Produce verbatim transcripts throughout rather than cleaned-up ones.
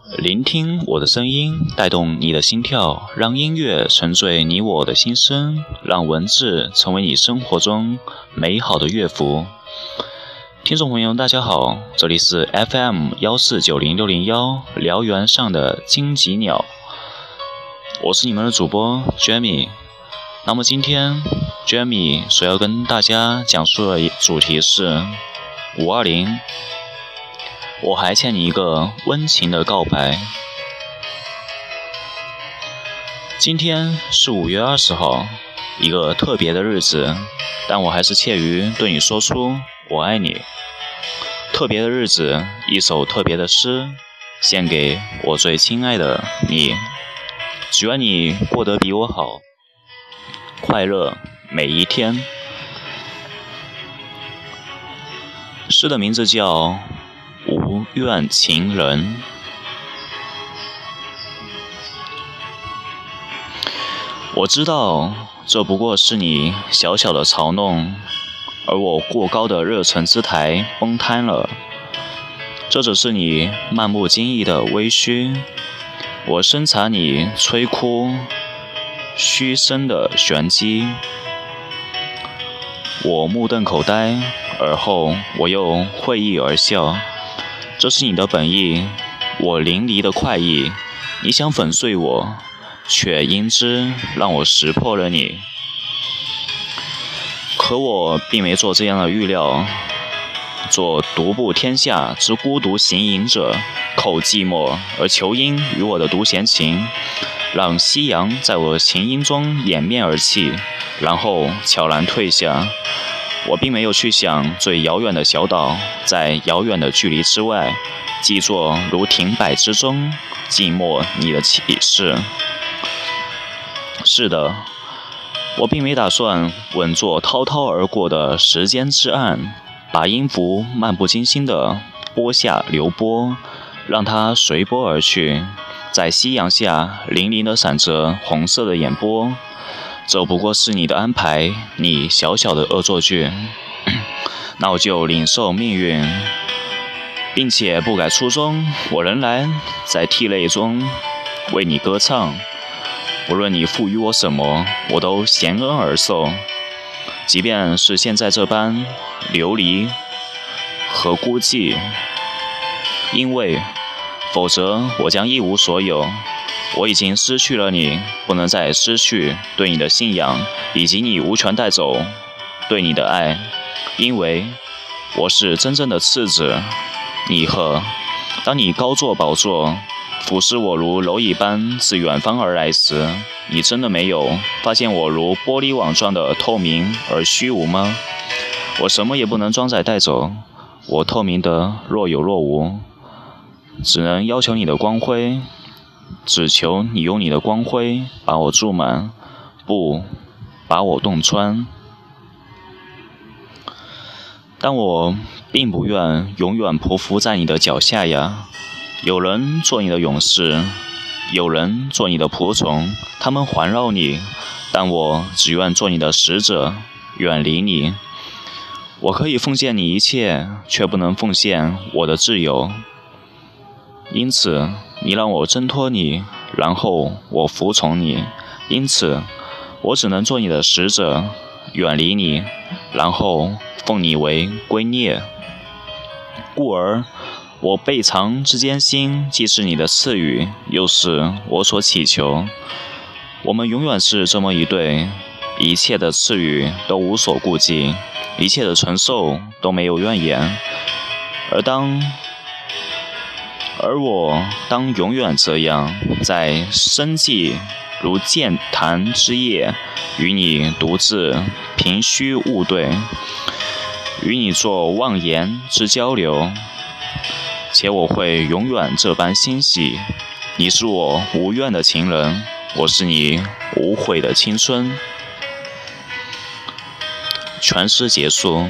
聆听我的声音，带动你的心跳，让音乐沉醉你我的心声，让文字成为你生活中美好的乐符。听众朋友大家好，这里是 F M 一四九零六零一燎原上的荆棘鸟，我是你们的主播 Jamie。 那么今天 Jamie 所要跟大家讲述的主题是五二零，我还欠你一个温情的告白。今天是五月二十号，一个特别的日子，但我还是怯于对你说出我爱你。特别的日子，一首特别的诗，献给我最亲爱的你。只愿你过得比我好，快乐每一天。诗的名字叫无怨情人。我知道这不过是你小小的嘲弄，而我过高的热忱姿态崩塌了，这只是你漫不经意的微虚。我深察你摧枯虚声的玄机，我目瞪口呆，而后我又会意而笑。这是你的本意，我淋漓的快意。你想粉碎我，却因之让我识破了你。可我并没做这样的预料，做独步天下之孤独行吟者，口寂寞而求音与我的独弦琴，让夕阳在我的琴音中掩面而泣，然后悄然退下。我并没有去想最遥远的小岛，在遥远的距离之外，寄作如停摆之中，寂寞你的启示。是的，我并没打算稳坐滔滔而过的时间之岸，把音符漫不经心地拨下流波，让它随波而去，在夕阳下粼粼地闪着红色的眼波。这不过是你的安排，你小小的恶作剧。那我就领受命运，并且不改初衷。我仍然在涕泪中为你歌唱，无论你赋予我什么，我都衔恩而受，即便是现在这般流离和孤寂，因为否则我将一无所有。我已经失去了你，不能再失去对你的信仰，以及你无权带走对你的爱，因为我是真正的次子。你和当你高坐宝座，俯视我如蝼蚁般自远方而来时，你真的没有发现我如玻璃网状的透明而虚无吗？我什么也不能装载带走，我透明的若有若无，只能要求你的光辉，只求你用你的光辉把我注满，不把我洞穿。但我并不愿永远匍匐在你的脚下呀。有人做你的勇士，有人做你的仆从，他们环绕你，但我只愿做你的使者，远离你。我可以奉献你一切，却不能奉献我的自由。因此你让我挣脱你，然后我服从你，因此我只能做你的使者，远离你，然后奉你为圭臬。故而我背藏之艰辛，既是你的赐予，又是我所祈求。我们永远是这么一对，一切的赐予都无所顾忌，一切的承受都没有怨言。而当而我当永远这样，在生寂如剑潭之夜，与你独自凭虚误对，与你做妄言之交流，且我会永远这般欣喜。你是我无怨的情人，我是你无悔的青春。全诗结束。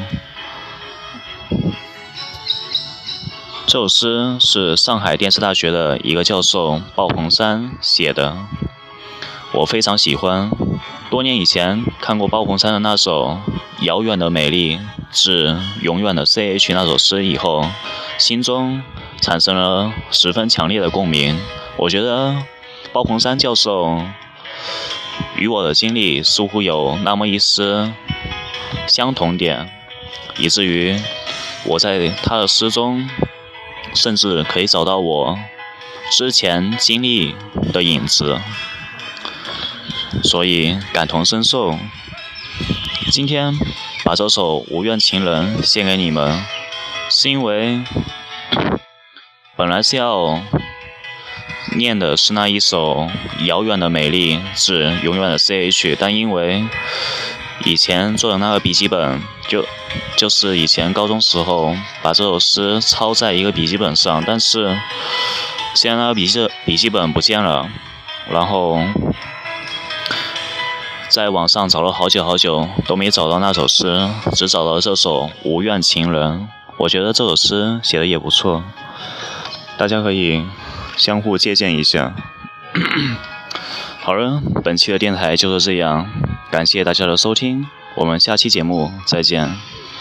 这首诗是上海电视大学的一个教授鲍鹏山写的，我非常喜欢。多年以前看过鲍鹏山的那首《遥远的美丽》致永远的 C H 那首诗以后，心中常产生了十分强烈的共鸣。我觉得鲍鹏山教授与我的经历似乎有那么一丝相同点，以至于我在他的诗中甚至可以找到我之前经历的影子，所以感同身受。今天把这首《无怨情人》献给你们，是因为本来是要念的是那一首《遥远的美丽致永远的 C H》，但因为以前做的那个笔记本，就就是以前高中时候把这首诗抄在一个笔记本上，但是现在那个笔记笔记本不见了，然后在网上找了好久好久都没找到那首诗，只找到这首《无怨情人》。我觉得这首诗写的也不错，大家可以相互借鉴一下。好了，本期的电台就是这样，感谢大家的收听，我们下期节目再见。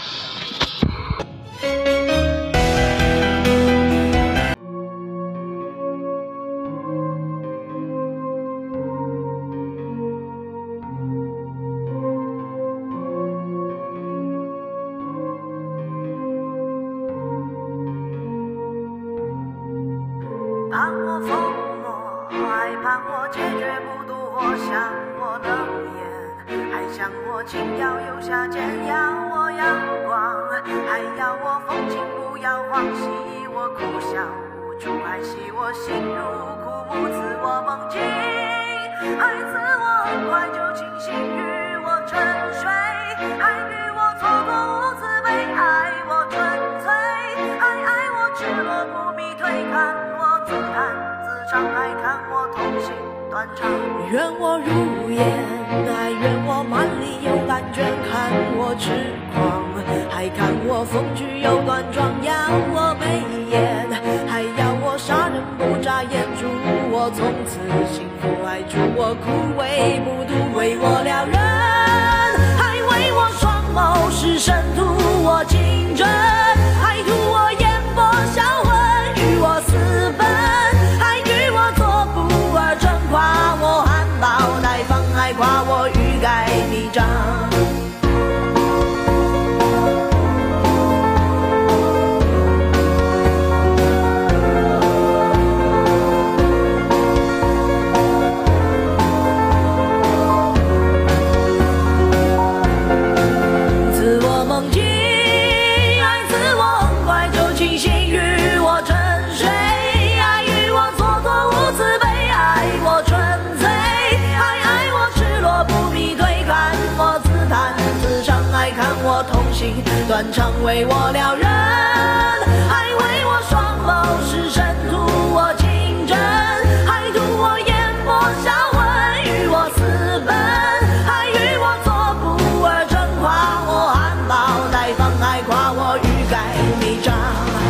盼我疯魔，还盼我解决不渡，或想我冷眼，还想我轻摇右下间，要我阳光，还要我风景不要欢喜，我苦笑无助，还系我心如枯木，赐我梦境，还赐我很快就清醒，与我沉睡，还与我错过无慈悲，爱我纯粹，还爱我赤裸不迷退，看我自弹自唱，还看我痛心断肠，愿我如烟，还愿我满里有感觉，看我痴狂，还看我风趣又端庄，要我眉眼，还要我杀人不眨眼，祝我从此幸福，还祝我枯萎不渡，为我撩人，还为我双眸是深图我情真，还图我眼波销魂，与我私奔，还与我做不二臣，夸我含苞待放，还夸我欲盖弥彰。断肠为我撩人，还为我双眸是深图我情真，还图我眼波销魂，与我私奔，还与我做不二臣，夸我含苞待放，还夸我欲盖弥彰。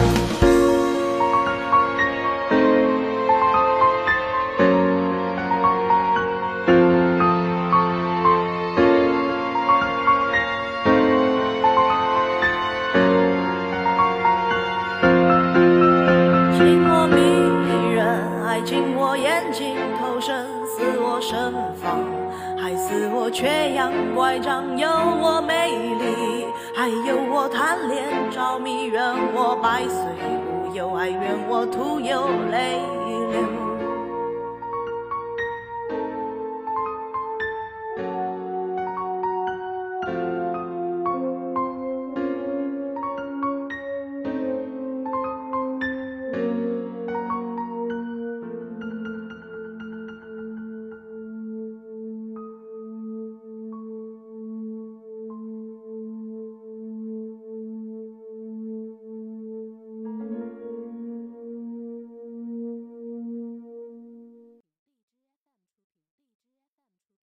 还似我缺氧乖张，有我美丽，还有我贪恋着迷，愿我百岁无忧，还愿我徒有泪流。